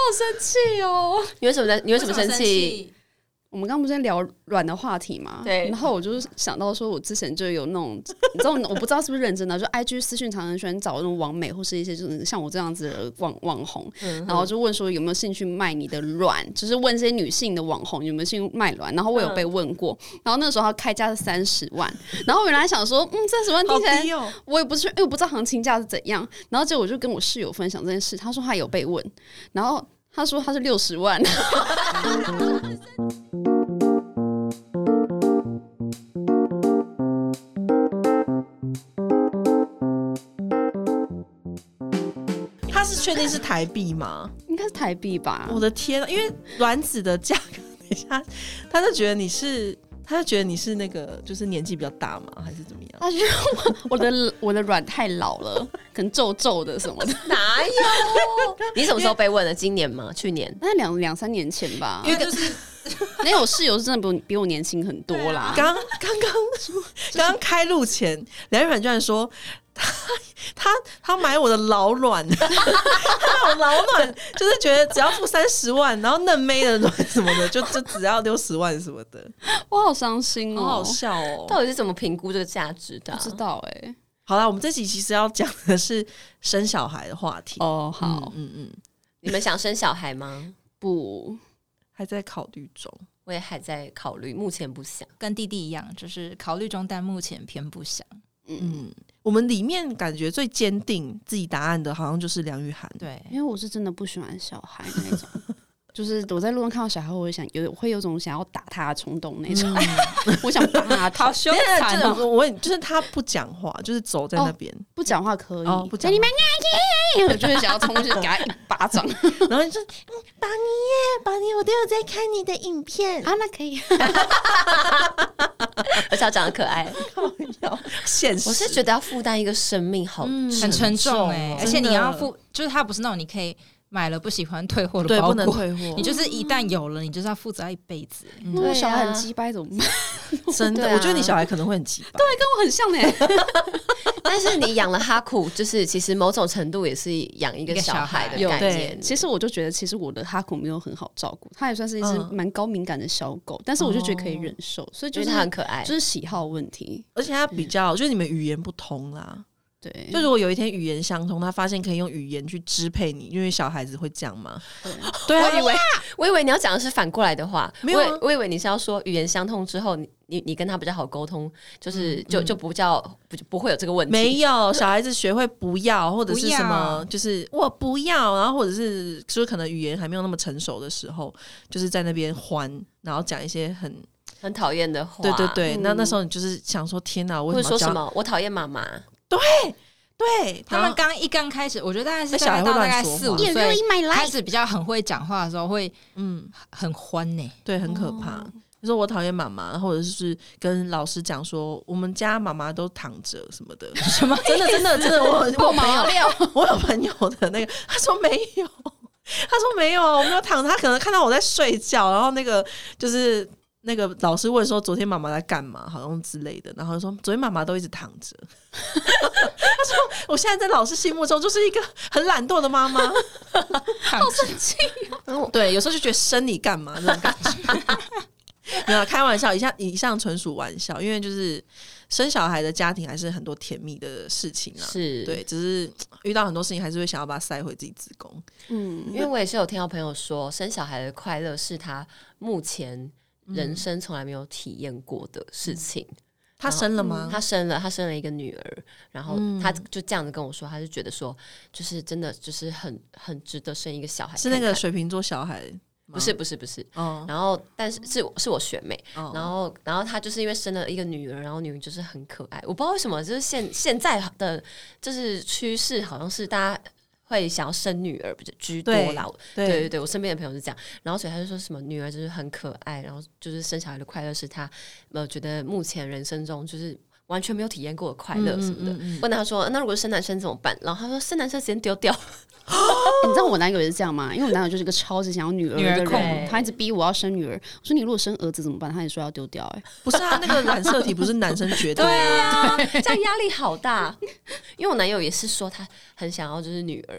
生气哦！ 你为什么生气？ 我们刚刚不是在聊软的话题嘛？ 对。 然后我就想到说，我之前就有那种，你知道，我不知道是不是认真的，就 IG 私讯常常喜欢找那种网美或是一些就是像我这样子的网红，然后就问说有没有兴趣卖你的卵，就是问这些女性的网红有没有兴趣卖卵。然后我有被问过，然后那时候他开价是30万，然后我原来想说，30万听起来，我也不是，因为我不知道行情价是怎样。然后结果我就跟我室友分享这件事，他说他有被问，然后他说他是60万。 他是确定是台币吗？ 应该是台币吧。 我的天啊，因为卵子的价格，等一下，他就觉得你是那个就是年纪比较大吗？还是怎么样？ 他觉得我的卵太老了，可能皱皱的什么的。 哪有？你什么时候被问的？今年吗？去年？ 那两三年前吧。 因为就是没有，室友是真的比我年轻很多啦。 刚刚开录前，梁玉凡居然说他买我的老卵，他买我老卵，就是觉得只要付30万，然后嫩妹的卵什么的，就只要60万什么的。 我好伤心哦， 好好笑哦。 到底是怎么评估这个价值的？ 不知道好啦，我们这集其实要讲的是生小孩的话题。 哦，好， 你们想生小孩吗？ 不， 还在考虑中。 我也还在考虑，目前不想。 跟弟弟一样，就是考虑中，但目前偏不想。 我们里面感觉最坚定自己答案的，好像就是梁玉涵。 对， 因为我是真的不喜欢小孩那种。就是我在路上看到小孩，我会有种想要打他的冲动那种。我想打他， 好凶残哦！ 就是他不讲话，就是走在那边， 不讲话可以， 不讲话， 你们我就会想要冲去给他一巴掌， 然后你说宝妮，我都有在看你的影片啊，那可以， 而且要长得可爱。 现实， 我是觉得要负担一个生命好很沉重而且你要付，就是他不是那种你可以买了不喜欢退货的包裹， 对，不能退货。 你就是一旦有了，你就是要负责一辈子。 如果小孩很鸡掰怎么办？ 真的，我觉得你小孩可能会很鸡掰， 对，跟我很像但是你养了哈库，就是其实某种程度也是养一个小孩的概念。 其实我就觉得，其实我的哈库没有很好照顾，它也算是一只蛮高敏感的小狗，但是我就觉得可以忍受，所以就是它很可爱， 就是喜好问题。 而且它比较，就是你们语言不通啦。 对， 就如果有一天语言相通，他发现可以用语言去支配你，因为小孩子会这样嘛。 对啊，我以为你要讲的是反过来的话， 没有啊， 我以为你是要说语言相通之后，你跟他比较好沟通，就是就不会有这个问题。 没有，小孩子学会不要或者是什么，就是我不要，然后或者是说可能语言还没有那么成熟的时候，就是在那边欢，然后讲一些很讨厌的话。 对，那时候你就是想说天哪， 或者说什么我讨厌妈妈。 对， 他们刚开始，我觉得大概是大概4-5岁开始比较很会讲话的时候，会很欢呢， 对，很可怕。就说我讨厌妈妈，或者是跟老师讲说我们家妈妈都躺着什么的， 什么真的，我有朋友的那个，他说没有，我没有躺着，他可能看到我在睡觉，然后那个就是那个老师问说昨天妈妈在干嘛，好像之类的，然后说昨天妈妈都一直躺着。他说我现在在老师心目中就是一个很懒惰的妈妈， 好生气哦。对，有时候就觉得生你干嘛那种感觉。没有开玩笑，以上纯属玩笑，因为就是生小孩的家庭还是很多甜蜜的事情啊。 是， 对，只是遇到很多事情还是会想要把它塞回自己子宫。 因为我也是有听到朋友说，生小孩的快乐是他目前人生从来没有体验过的事情。 他生了吗？ 他生了一个女儿，然后他就这样子跟我说，他就觉得说，就是真的就是很值得生一个小孩。 是那个水瓶座小孩？ 不是，然后但是是我学妹，然后她就是因为生了一个女儿，然后女儿就是很可爱，我不知道为什么，就是现在的就是趋势好像是大家会想要生女儿比较居多啦。对，我身边的朋友是这样，然后所以他就说什么女儿就是很可爱，然后就是生小孩的快乐是他觉得目前人生中就是完全没有体验过的快乐什么的。问他说那如果生男生怎么办，然后他说生男生直接丢掉。 你知道我男友也是这样吗？因为我男友就是个超级想要女儿的人，他一直逼我要生女儿。我说你如果生儿子怎么办？他也说要丢掉。 不是啊，那个染色体不是男生决定的。 对啊，这样压力好大。因为我男友也是说他很想要就是女儿，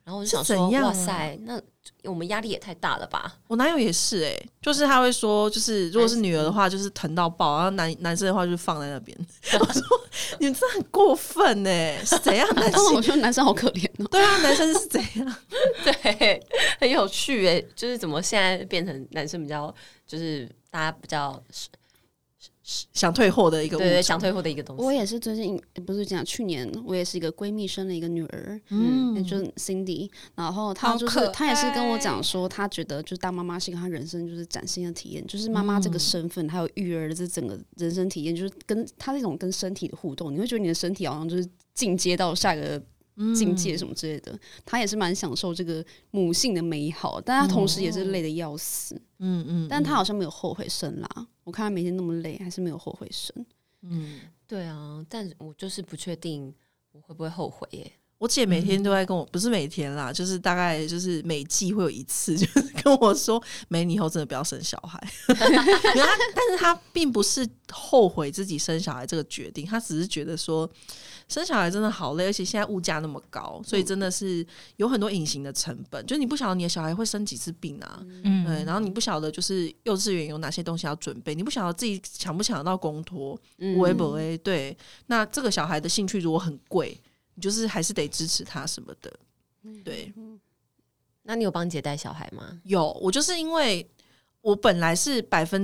然后我就想说，哇塞，那我们压力也太大了吧？ 我男友也是就是他会说，就是如果是女儿的话，就是疼到爆，然后男生的话就是放在那边。我说你们真的很过分是怎样？男生我觉得男生好可怜哦。 对啊，男生是怎样？ 对，很有趣就是怎么现在变成男生比较，就是大家比较。 想退货的一个物种， 对，想退货的一个东西。 我也是最近不是讲去年，我也是一个闺蜜生了一个女儿，就是 Cindy， 然后她就是她也是跟我讲说，她觉得就是当妈妈是一个她人生就是崭新的体验，就是妈妈这个身份，还有育儿的这整个人生体验，就是跟她那种跟身体的互动，你会觉得你的身体好像就是进阶到下一个境界什么之类的。她也是蛮享受这个母性的美好，但她同时也是累得要死。但她好像没有后悔生啦。我看她每天那么累，还是没有后悔生。 对啊，但我就是不确定我会不会后悔耶。 我姐每天都在跟我，不是每天啦，就是大概就是每季会有一次，就是跟我说，美你以后真的不要生小孩。但是她并不是后悔自己生小孩这个决定，她只是觉得说生小孩真的好累，而且现在物价那么高，所以真的是有很多隐形的成本，就是你不晓得你的小孩会生几次病啊，对，然后你不晓得就是幼稚园有哪些东西要准备，你不晓得自己抢不抢得到公托，会不会对？那这个小孩的兴趣如果很贵，你就是还是得支持他什么的，对。 那你有帮姐带小孩吗？ 有，我就是因为我本来是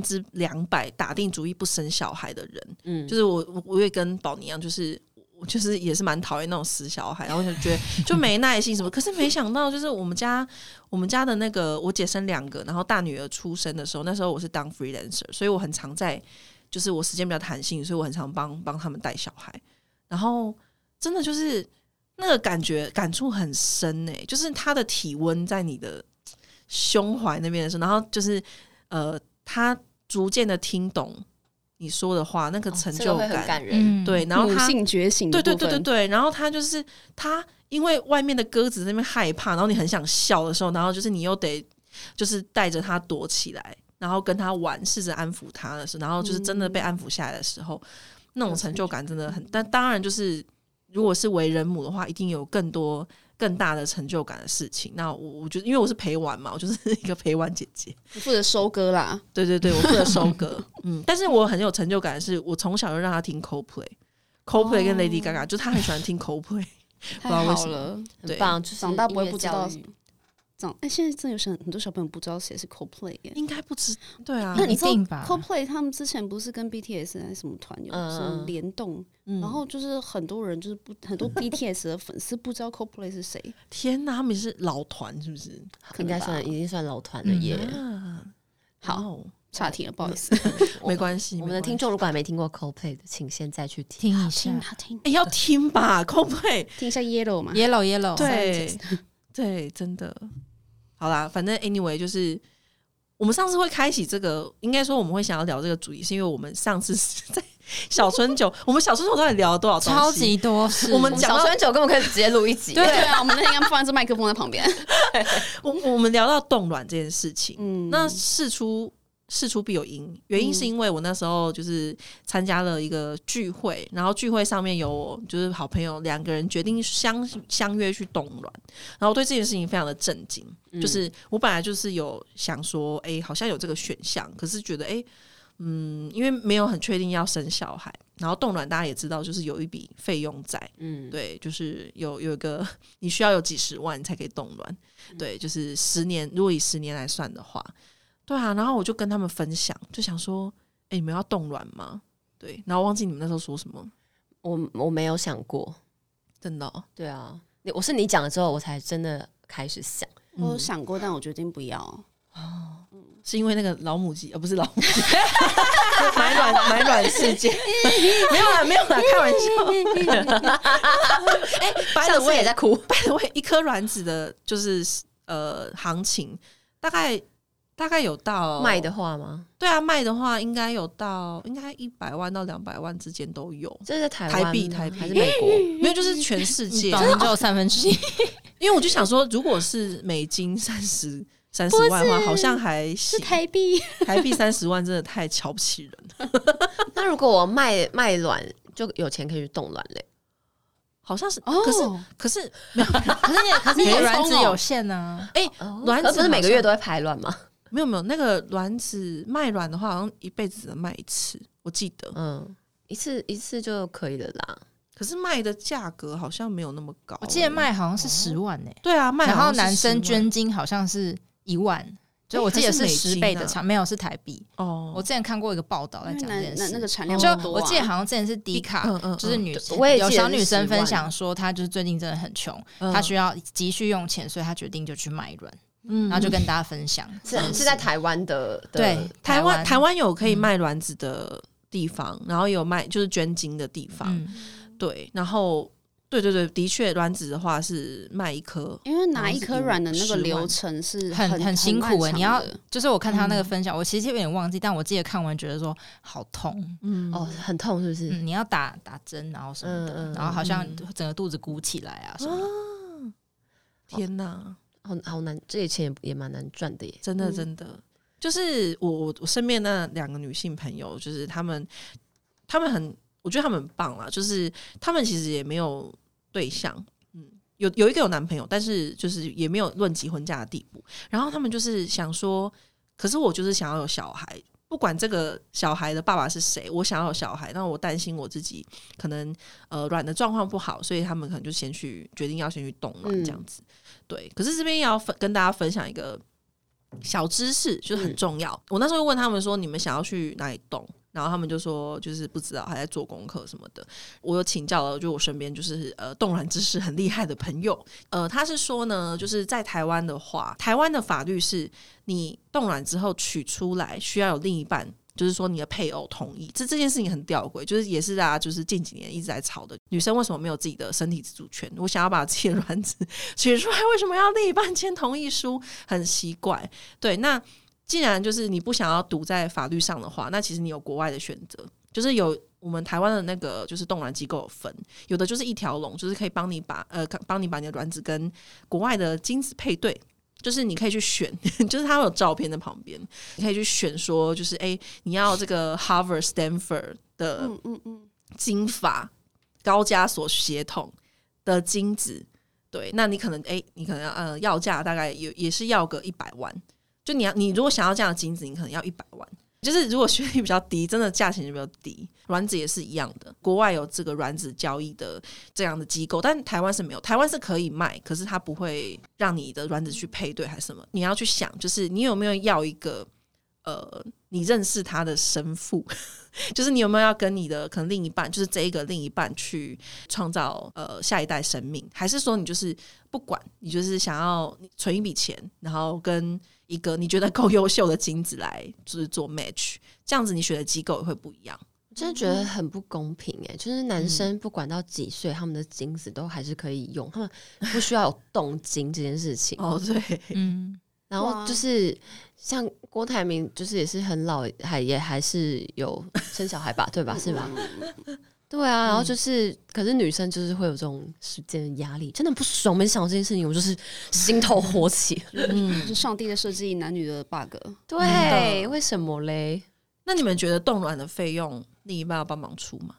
200%打定主意不生小孩的人，就是我也跟宝妮一样，就是我就是也是蛮讨厌那种死小孩，然后就觉得就没耐心什么。可是没想到，就是我们家的那个我姐生2个，然后大女儿出生的时候，那时候我是当 freelancer， 所以我很常在，就是我时间比较弹性，所以我很常帮他们带小孩，然后。真的就是那个感触很深就是他的体温在你的胸怀那边的时候，然后就是他逐渐的听懂你说的话，那个成就感， 这个会很感人。 对，然后他母性觉醒的部分， 对，然后他就是他，因为外面的鸽子在那边害怕，然后你很想笑的时候，然后就是你又得就是带着他躲起来，然后跟他玩，试着安抚他的时候，然后就是真的被安抚下来的时候，那种成就感真的很。但当然就是。如果是为人母的话，一定有更大的成就感的事情。那我觉得，因为我是陪玩嘛，我就是一个陪玩姐姐， 你负责收割啦。 对，我负责收割。但是我很有成就感的是，我从小就让他听 Coldplay 跟 Lady Gaga，就他很喜欢听 Coldplay， 太好了， 很棒，就是长大不会不知道。现在真的有很多小朋友不知道谁是 Coldplay 耶， 应该不知对啊， 那你知道一定吧 Coldplay 他们之前不是跟 BTS 还是什么团有什么联动，然后就是很多人就是很多 BTS 的粉丝不知道 Coldplay 是谁。 天哪，他们是老团是不是？ 应该已经算老团了耶。 好，岔题了，不好意思。 没关系， 我们的听众如果还没听过 Coldplay 的，请现在去听一下， 要听吧 Coldplay， 听一下 Yellow 嘛 ，Yellow， 对，真的。好啦，反正 anyway 就是我们上次会开启这个，应该说我们会想要聊这个主题，是因为我们上次在小春酒，我们小春酒到底聊了多少东西？ 超级多事。 我们讲小春酒根本可以直接录一集。 对啊，我们那天应该放这麦克风在旁边。 我们聊到冻卵这件事情，那事出必有因，原因是因为我那时候就是参加了一个聚会，然后聚会上面有就是好朋友2个人决定相约去冻卵，然后对这件事情非常的震惊，就是我本来就是有想说好像有这个选项，可是觉得因为没有很确定要生小孩，然后冻卵大家也知道就是有一笔费用在，对，就是有一个你需要有几十万才可以冻卵，对，就是10年，如果以10年来算的话，对啊，然后我就跟他们分享，就想说你们要冻卵吗？对，然后忘记你们那时候说什么， 我没有想过， 真的哦。 对啊，我是你讲了之后我才真的开始想， 我有想过，但我决定不要。 是因为那个老母鸡，不是老母鸡，买卵事件，没有啦，开玩笑。 上次也在哭。 一颗卵子的，就是行情大概有到卖的话吗？ 对啊，卖的话应该有到应该100万到200万之间都有。 这是在台币还是美国？ 没有，就是全世界， 只有1/3。 因为我就想说，如果是美金30万的话，好像还行。 是台币 30万，真的太瞧不起人了。 那如果我卖卵，就有钱可以去冻卵嘞？ 好像是，可是你的卵子有限呢。 卵子不是每个月都会排卵吗？ 没有，那个卵子卖卵的话，好像一辈子只能卖一次，我记得。 一次就可以了啦。 可是卖的价格好像没有那么高， 我记得卖好像是10万欸。 对啊，卖好像是10万。 然后男生捐精好像是1万。就我记得是10倍的差，没有是台币。我之前看过一个报道在讲这件事， 那个产量就我记得好像之前是迪卡，就是有小女生分享说，她就是最近真的很穷，她需要急需用钱，所以她决定就去卖卵，然后就跟大家分享。 是在台湾的， 对，台湾有可以卖卵子的地方，然后有卖就是捐精的地方，对，然后。对，的确，卵子的话是卖1颗， 因为拿1颗卵的那个流程是很辛苦你要就是我看他那个分享，我其实有点忘记，但我记得看完觉得说好痛， 很痛是不是？ 你要打针，然后什么的，然后好像整个肚子鼓起来啊什么的。 天哪， 好难，这些钱也蛮难赚的耶， 真的。就是我身边那2个女性朋友，就是她们很。我觉得他们很棒啦，就是他们其实也没有对象，有一个有男朋友，但是就是也没有论及婚嫁的地步。然后他们就是想说，可是我就是想要有小孩，不管这个小孩的爸爸是谁，我想要有小孩，那我担心我自己可能卵的状况不好，所以他们可能就决定要先去冻卵这样子。对，可是这边也要跟大家分享一个小知识，就是很重要。我那时候问他们说，你们想要去哪里冻？然后他们就说就是不知道，还在做功课什么的。我有请教了就我身边就是冻卵知识很厉害的朋友，他是说呢，就是在台湾的话，台湾的法律是你冻卵之后取出来需要有另一半，就是说你的配偶同意。这件事情很吊诡，就是也是大家就是近几年一直在吵的，女生为什么没有自己的身体自主权？我想要把自己的卵子取出来，为什么要另一半签同意书？很奇怪。对，那既然就是你不想要赌在法律上的话，那其实你有国外的选择，就是有我们台湾的那个就是冻卵机构有分，有的就是一条龙，就是可以帮你把你的卵子跟国外的精子配对，就是你可以去选，就是它会有照片在旁边，你可以去选说就是你要这个 Harvard、Stanford 的精法高加索血统的精子，对，那你可能要价大概也是要个100万。就你如果想要这样的精子，你可能要100万。就是如果学历比较低，真的价钱就比较低。卵子也是一样的，国外有这个卵子交易的这样的机构，但台湾是没有。台湾是可以卖，可是它不会让你的卵子去配对还是什么。你要去想，就是你有没有要一个你认识他的生父，就是你有没有要跟你的可能另一半，就是这一个另一半去创造下一代生命，还是说你就是不管，你就是想要存一笔钱，然后跟一个你觉得够优秀的精子来就是做 match， 这样子你选的机构也会不一样。 我真的觉得很不公平就是男生不管到几岁，他们的精子都还是可以用，他们不需要有冻精这件事情。 对， 然后就是像郭台铭，就是也是很老，还是有生小孩吧，对吧？是吧？对啊，然后就是，可是女生就是会有这种时间的压力，真的不爽。没想到这件事情，我就是心头火起。 就上帝的设计男女的 bug。 对，为什么嘞？ 那你们觉得冻卵的费用另一半要帮忙出吗？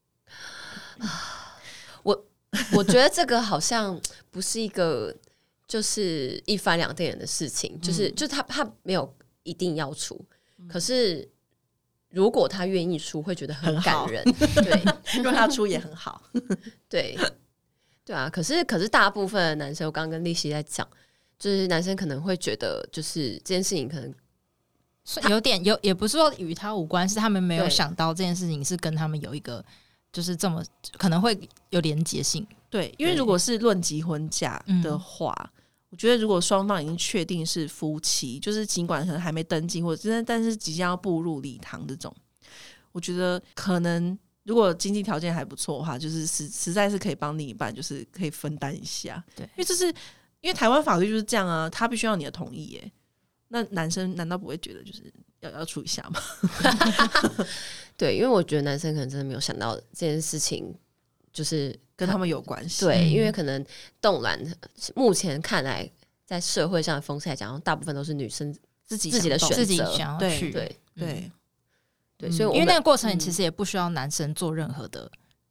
我觉得这个好像不是一个就是一翻两瞪眼的事情，就是他没有一定要出，可是如果他愿意出，会觉得很感人。对， 如果他出也很好。 对啊，可是大部分的男生，我刚刚跟丽希在讲，就是男生可能会觉得，就是这件事情可能有点也不是说与他无关，是他们没有想到这件事情是跟他们有一个就是这么可能会有连结性。 对，因为如果是论及婚嫁的话，我觉得如果双方已经确定是夫妻，就是尽管可能还没登记，或者但是即将要步入礼堂这种，我觉得可能如果经济条件还不错的话，就是实在是可以帮另一半，就是可以分担一下。 对， 因为台湾法律就是这样啊，他必须要你的同意耶。那男生难道不会觉得就是要出一下吗？ 对，因为我觉得男生可能真的没有想到这件事情就是跟他们有关系。 对，因为可能冻卵目前看来在社会上的风气来讲，大部分都是女生自己的选择， 自己想要去。 对， 所以因为那个过程其实也不需要男生做任何的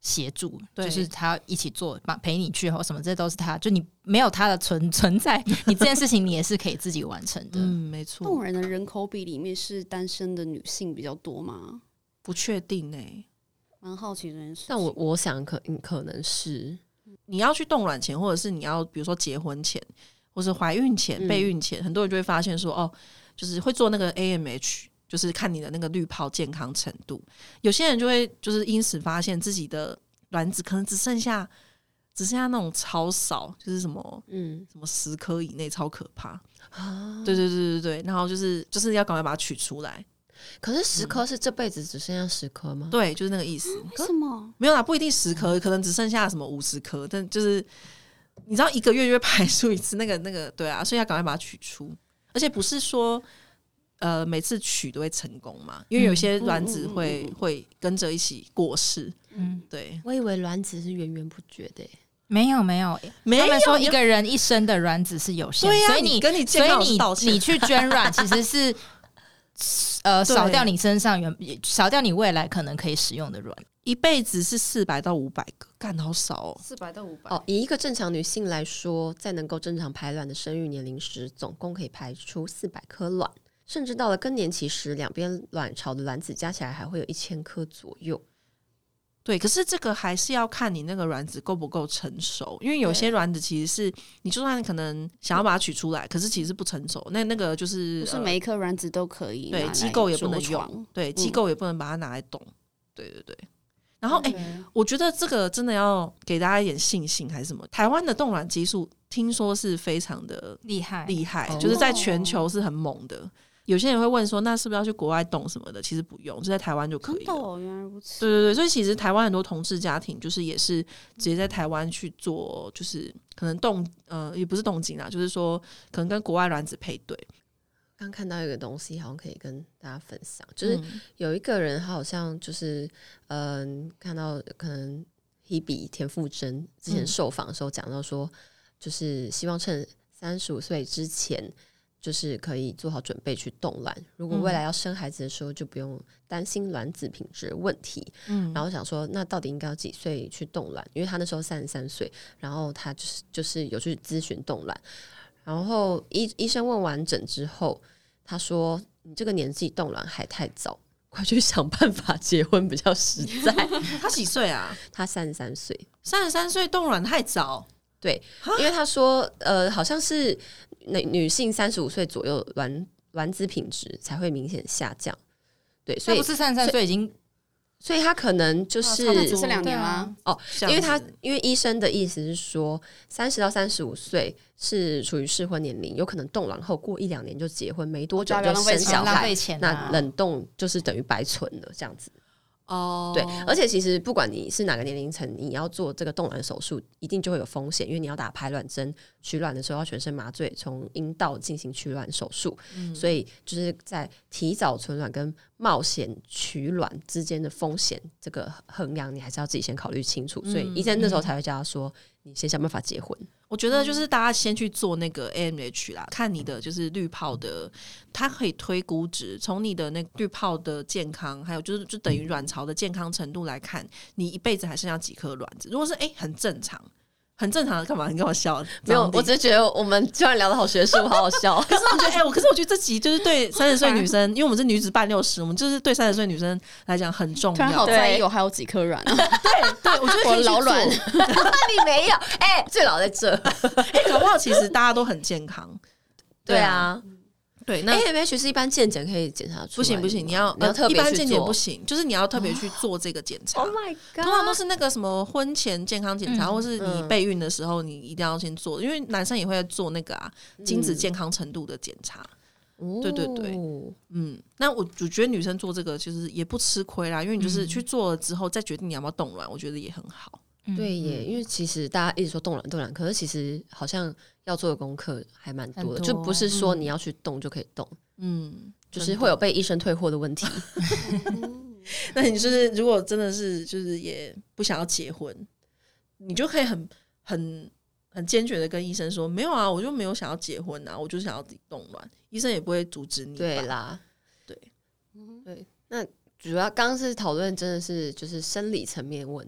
协助，就是他一起做，陪你去或什么，这都是他，就你没有他的存在，你这件事情你也是可以自己完成的。 没错。 动人的人口比里面是单身的女性比较多吗？ 不确定欸， 蛮好奇这件事情。 但我想可能是你要去冻卵前，或者是你要比如说结婚前，或是怀孕前、备孕前，很多人就会发现说，就是会做那个 AMH。就是看你的那个滤泡健康程度，有些人就会就是因此发现自己的卵子可能只剩下那种超少，就是什么10颗以内，超可怕对，然后就是要赶快把它取出来。 可是10颗是这辈子只剩下10颗吗？ 对，就是那个意思。 为什么？ 没有啦，不一定10颗，可能只剩下什么50颗，但就是你知道1个月就会排出一次那个对啊，所以要赶快把它取出，而且不是说。每次取都会成功嘛？因为有些卵子会跟着一起过世。对， 我以为卵子是源源不绝的。 没有，他们说一个人一生的卵子是有限，所以跟你健康道歉， 你去捐卵其实是少掉你身上少掉你未来可能可以使用的卵。 一辈子是400到500个，干好少哦。 400到500 以一个正常女性来说，在能够正常排卵的生育年龄时，总共可以排出400颗卵。甚至到了更年期时，两边卵巢的卵子加起来还会有1000颗左右。 对，可是这个还是要看你那个卵子够不够成熟，因为有些卵子其实是你就算可能想要把它取出来，可是其实是不成熟，那个就是不是每一颗卵子都可以， 对，机构也不能用，对，机构也不能把它拿来动，对。然后我觉得这个真的要给大家一点信心还是什么？台湾的冻卵技术听说是非常的厉害，就是在全球是很猛的。有些人会问说，那是不是要去国外冻什么的？其实不用，就在台湾就可以了。 原来如此。 对，所以其实台湾很多同志家庭就是也是直接在台湾去做，就是可能也不是冻精啦，就是说可能跟国外卵子配对。 刚看到一个东西，好像可以跟大家分享，就是有一个人，他好像就是看到可能 Hebe 田馥甄之前受访的时候讲到说，就是希望趁35岁之前。就是可以做好准备去冻卵，如果未来要生孩子的时候就不用担心卵子品质的问题。然后想说那到底应该要几岁去冻卵，因为他那时候33岁，然后他就是有去咨询冻卵，然后医生问完诊之后他说你这个年纪冻卵还太早，快去想办法结婚比较实在。 他几岁啊？ 他33岁。 33岁冻卵太早？ 对，因为他说好像是女性35岁左右卵子品质才会明显下降。对，所以不是33岁已经， 所以他可能就是只是2年吗？ 因为医生的意思是说30到35岁是处于适婚年龄，有可能冻卵后过1-2年就结婚，没多久就生小孩，那冷冻就是等于白存了这样子。对，而且其实不管你是哪个年龄层，你要做这个冻卵手术一定就会有风险，因为你要打排卵针，取卵的时候要全身麻醉，从阴道进行取卵手术。所以就是在提早存卵跟冒险取卵之间的风险这个衡量，你还是要自己先考虑清楚。所以医生那时候才会叫他说你先想办法结婚。 我觉得就是大家先去做那个 AMH 啦，看你的就是滤泡的，它可以推估值，从你的那个滤泡的健康，还有就等于卵巢的健康程度来看，你一辈子还剩下几颗卵子。如果是很正常的，干嘛？你跟我笑？ 没有，我只是觉得我们居然聊得好学术，好好笑。 可是我觉得，可是我觉得这集就是对30岁女生，因为我们是女子半60，我们就是对30岁女生来讲很重要。 突然好在意我还有几颗卵。 对，我觉得可以去做。 我老卵， 你没有？最老在这。 搞不好其实大家都很健康。 对啊。 对，那 AMH 是一般健检可以检查出来的， 不行，你要特别去做， 一般健检不行，就是你要特别去做这个检查。 Oh my god！ 通常都是那个什么婚前健康检查，或是你备孕的时候，你一定要先做，因为男生也会做那个精子健康程度的检查。对，那我觉得女生做这个就是也不吃亏啦，因为你就是去做了之后再决定你要不要冻卵，我觉得也很好。 对耶，因为其实大家一直说冻卵，可是其实好像要做的功课还蛮多的，就不是说你要去冻就可以冻，就是会有被医生退货的问题。 那你就是如果真的是就是也不想要结婚，你就可以很坚决的跟医生说，没有啊，我就没有想要结婚啊，我就想要自己冻卵，医生也不会阻止你吧。 对啦， 对， 那主要刚刚是讨论真的是就是生理层面问题。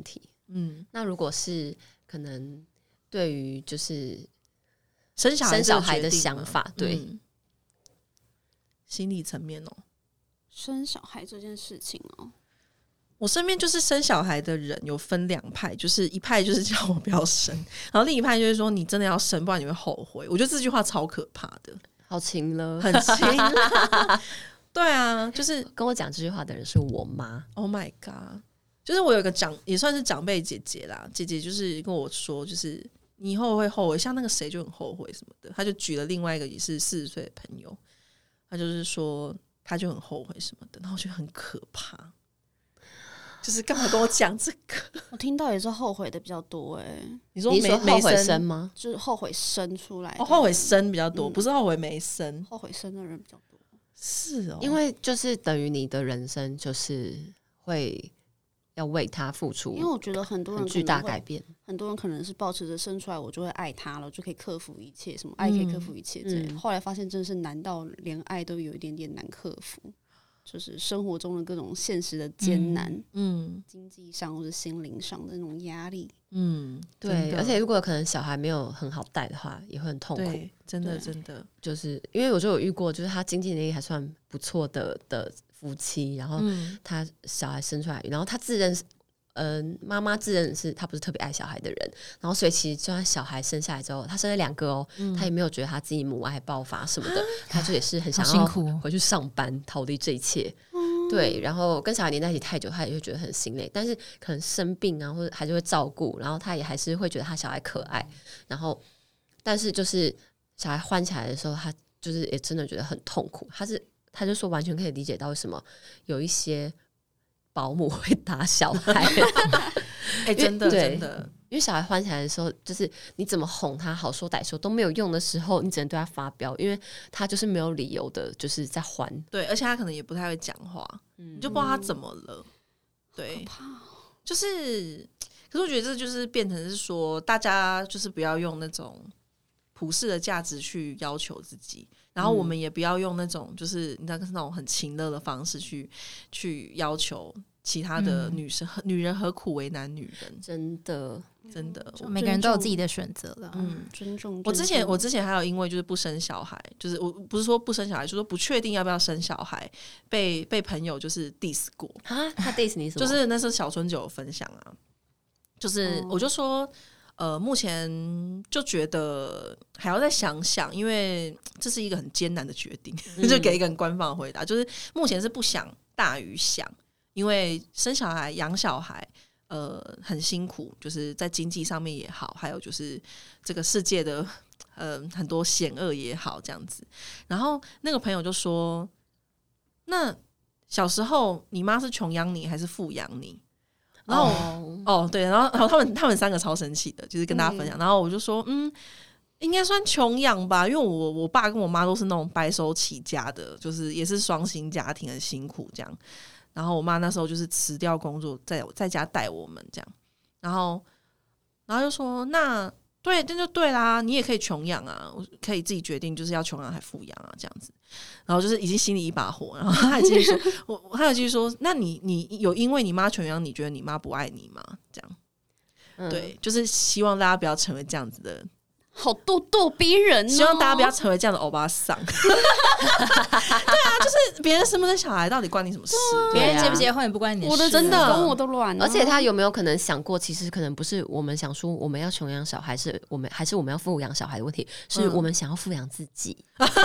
那如果是可能对于就是生小孩的想法，对， 心理层面生小孩这件事情我身边就是生小孩的人有分2派，就是一派就是叫我不要生，然后另一派就是说你真的要生，不然你会后悔。我觉得这句话超可怕的， 好轻了， 很轻了。对啊，就是跟我讲这句话的人是我妈。 Oh my god！ 就是我有一个也算是长辈姐姐啦，姐姐就是跟我说，就是你以后会后悔，像那个谁就很后悔什么的。他就举了另外一个也是40岁的朋友，他就是说他就很后悔什么的，然后我觉得很可怕。就是干嘛跟我讲这个？ 我听到也是后悔的比较多你说后悔生吗？ 就是后悔生出来后悔生比较多，不是后悔没生。 后悔生的人比较多， 是因为就是等于你的人生就是会要为他付出， 因为我觉得很多人巨大改变， 很多人可能是抱持着生出来我就会爱他了，就可以克服一切，什么爱可以克服一切之类的。后来发现真的是难到连爱都有一点点难克服。就是生活中的各种现实的艰难，经济上或者心灵上的那种压力， 对，而且如果可能小孩没有很好带的话，也会很痛苦。 对，真的， 就是因为我就有遇过，就是他经济能力还算不错的夫妻，然后他小孩生出来，然后他自认妈妈自认是他不是特别爱小孩的人，然后所以其实就算小孩生下来之后，他生了2个他也没有觉得他自己母爱爆发什么的，他就也是很想要回去上班逃离这一切。对，然后跟小孩黏在一起太久，他也会觉得很心累，但是可能生病啊，或者还是会照顾，然后他也还是会觉得他小孩可爱，然后但是就是小孩欢起来的时候，他就是也真的觉得很痛苦。他就说完全可以理解到为什么有一些保姆会打小孩真的， 因为小孩欢起来的时候，就是你怎么哄他好说歹说都没有用的时候，你只能对他发飙，因为他就是没有理由的就是在欢。 对，而且他可能也不太会讲话，你就不知道他怎么了。对，就是可是我觉得这就是变成是说大家就是不要用那种普世的价值去要求自己，然后我们也不要用那种就是你知道那种很情勒的方式去要求其他的女生，女人何苦为难女人？ 真的， 每个人都有自己的选择了。 尊重。 我之前还有因为就是不生小孩，就是我不是说不生小孩，就是说不确定要不要生小孩，被朋友就是 diss 过啊。他 diss 你什么？ 就是那时候小春就有分享啊，就是我就说目前就觉得还要再想想，因为这是一个很艰难的决定，就给一个很官方的回答，就是目前是不想大于想。因为生小孩养小孩很辛苦，就是在经济上面也好，还有就是这个世界的很多险恶也好这样子。然后那个朋友就说，那小时候你妈是穷养你还是富养你？然后对，然后他们3个超生气的，就是跟大家分享。然后我就说应该算穷养吧，因为我爸跟我妈都是那种白手起家的，就是也是双薪家庭，很辛苦这样。然后我妈那时候就是辞掉工作，在家带我们这样，然后就说那对，这就对啦，你也可以穷养啊，可以自己决定就是要穷养还富养啊这样子。然后就是已经心里一把火，然后他还继续说，他有继续说，那你有因为你妈穷养，你觉得你妈不爱你吗？这样，对，就是希望大家不要成为这样子的。 好咄咄逼人希望大家不要成为这样的欧巴桑。对啊，就是别人生不生小孩到底关你什么事？ 别人结不结婚也不关你的事。 我的真的跟我都乱。 而且他有没有可能想过，其实可能不是我们想说我们要穷养小孩，还是我们要富养小孩的问题，是我们想要富养自己。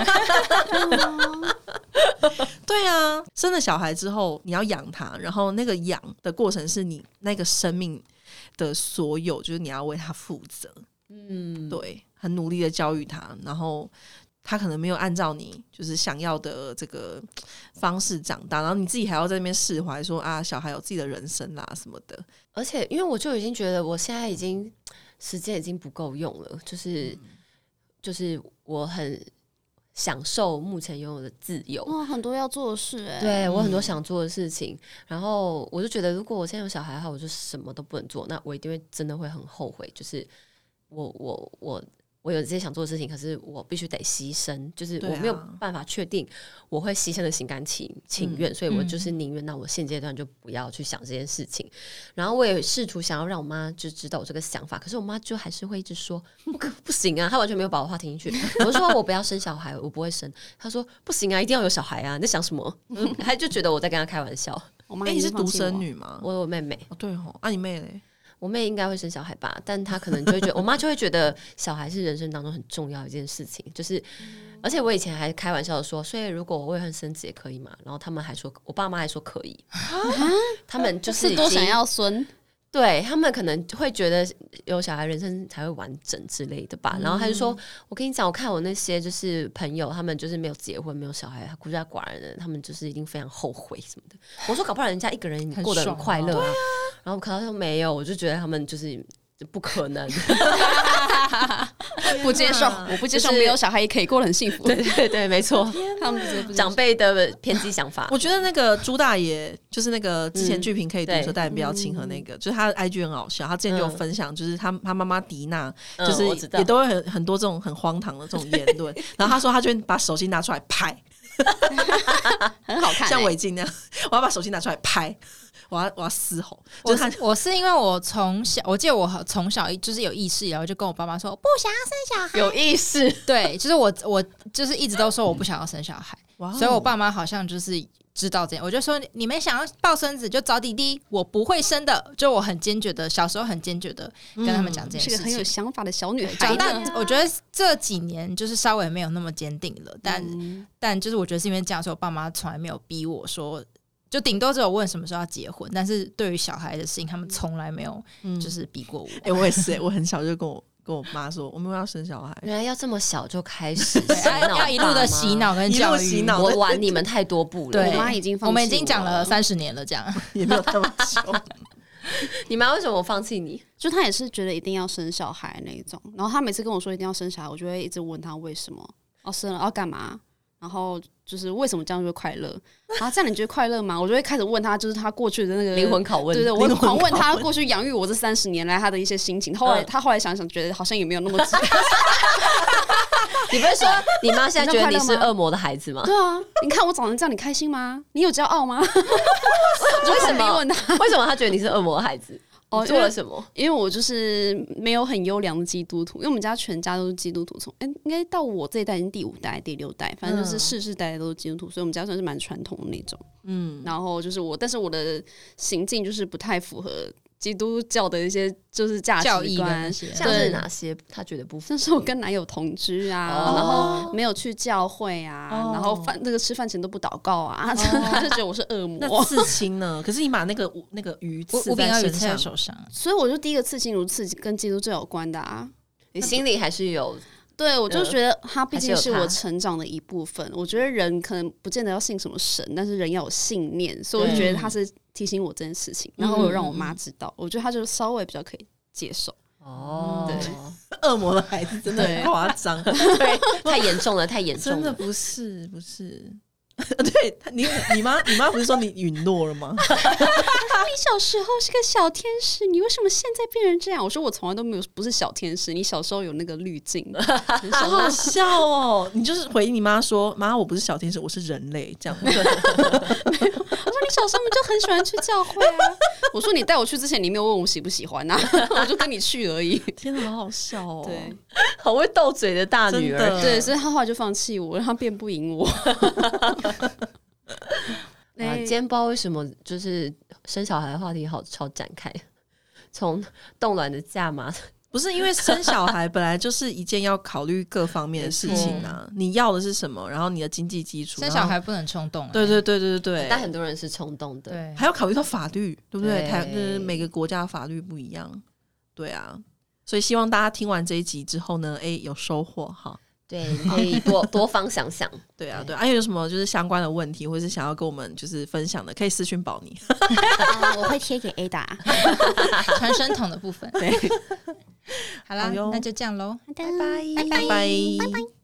对啊，生了小孩之后你要养他，然后那个养的过程是你那个生命的所有，就是你要为他负责。对，很努力的教育他，然后他可能没有按照你就是想要的这个方式长大，然后你自己还要在那边释怀说啊，小孩有自己的人生啦什么的。 而且因为我就已经觉得我现在已经时间已经不够用了，就是我很享受目前拥有的自由， 很多要做的事对我很多想做的事情，然后我就觉得如果我现在有小孩的话，我就什么都不能做，那我一定会真的会很后悔，就是我我有这些想做的事情，可是我必须得牺牲，就是我没有办法确定我会牺牲的心甘情愿，所以我就是宁愿那我现阶段就不要去想这件事情。然后我也试图想要让我妈就知道我这个想法，可是我妈就还是会一直说不行啊，她完全没有把我话听进去。我说我不要生小孩，我不会生，她说不行啊，一定要有小孩啊，你在想什么？她就觉得我在跟她开玩笑。 你是独生女吗？ 我有妹妹。 对哦，你妹嘞？ 我妹应该会生小孩吧，但她可能就会觉得，我妈就会觉得小孩是人生当中很重要的一件事情，就是，而且我以前还开玩笑的说，所以如果我未婚生子也可以嘛，然后他们还说，我爸妈还说可以，他们就是多想要孙。 对，他们可能会觉得有小孩人生才会完整之类的吧。然后他就说，我跟你讲，我看我那些就是朋友，他们就是没有结婚没有小孩孤家寡人的，他们就是一定非常后悔什么的。我说搞不好人家一个人过得很快乐啊。然后我看到他说没有，我就觉得他们就是不可能不接受，我不接受没有小孩也可以过得很幸福。 对，没错，他们长辈的偏激想法。 我觉得那个朱大爷就是那个之前剧评可以读说但不要亲和那个，就是他的 IG 很好笑，他之前就有分享，就是他妈妈迪娜，就是也都会很多这种很荒唐的这种言论，然后他说他就会把手机拿出来拍， 很好看， 像韦静那样，我要把手机拿出来拍。我要嘶吼， 我是因为我从小，我记得我从小就是有意识，然后就跟我爸妈说不想要生小孩， 有意识， 对，就是我就是一直都说我不想要生小孩，所以我爸妈好像就是知道这样，我就说你们想要抱孙子就找弟弟，我不会生的，就我很坚决的，小时候很坚决的跟他们讲这件事情， 是个很有想法的小女孩。 长大我觉得这几年就是稍微没有那么坚定了，但就是我觉得是因为这样，所以我爸妈从来没有逼我说。就顶多只有问什么时候要结婚，但是对于小孩的事情，他们从来没有就是逼过我。 我也是，我很小就跟我妈说，我们要生小孩。 原来要这么小就开始要一路的洗脑跟教育， 我晚你们太多步了。 对， 我妈已经放弃我们已经讲了30年了，这样也没有那么久。 你妈为什么放弃你？ 就她也是觉得一定要生小孩那一种，然后她每次跟我说一定要生小孩，我就会一直问她为什么要生了要干嘛。然后就是为什么这样就会快乐？啊，这样你觉得快乐吗？我就会开始问他，就是他过去的那个灵魂拷问。 对，我狂问他过去养育我这30年来他的一些心情。他后来想想，觉得好像也没有那么值得。 你不是说你妈现在觉得你是恶魔的孩子吗？ 对啊，你看我长成这样，你开心吗？你有骄傲吗？为什么问他？ 为什么他觉得你是恶魔的孩子？你做了什么？ 因为我就是没有很优良的基督徒，因为我们家全家都是基督徒，从应该到我这一代已经第5代、第6代，反正就是世代都是基督徒，所以我们家算是蛮传统的那种。然后就是但是我的行径就是不太符合基督教的一些就是价值观， 像是哪些他觉得不符合？ 像是我跟男友同居啊，然后没有去教会啊，然后那个吃饭前都不祷告啊，他就觉得我是恶魔。 那刺青呢？可是你把那个鱼刺在手上， 所以我就第一个刺青如刺跟基督教有关的啊。 你心里还是有。 对，我就觉得他毕竟是我成长的一部分。我觉得人可能不见得要信什么神，但是人要有信念，所以我就觉得他是提醒我这件事情，然后我让我妈知道，我觉得他就稍微比较可以接受。 对，恶魔的孩子真的很夸张， 对，太严重了，太严重了， 真的不是。对你妈不是说你陨落了吗？ 你小时候是个小天使，你为什么现在变成这样？我说我从来都没有不是小天使，你小时候有那个滤镜， 好好笑哦！你就是回你妈说，妈，我不是小天使，我是人类，这样。没有，我说你小时候就很喜欢去教会啊。我说你带我去之前，你没有问我喜不喜欢啊，我就跟你去而已。 天哪，好好笑哦！ 对， 好会斗嘴的大女儿， 对，所以她后来就放弃我，让她变不赢我。 今天不知道为什么就是生小孩的话题好超展开，从冻卵的价码， 不是因为生小孩本来就是一件要考虑各方面的事情啊。你要的是什么，然后你的经济基础， 生小孩不能冲动。 对， 但很多人是冲动的， 对，还要考虑到法律，对不对？就是每个国家的法律不一样，对啊。所以希望大家听完这一集之后呢，有收获哈。 对，可以多方想想。 对啊，有什么就是相关的问题，或是想要跟我们就是分享的，可以私讯宝妮。 我会贴给 Ada 传声筒的部分。 对， 好啦，那就这样咯， 拜拜。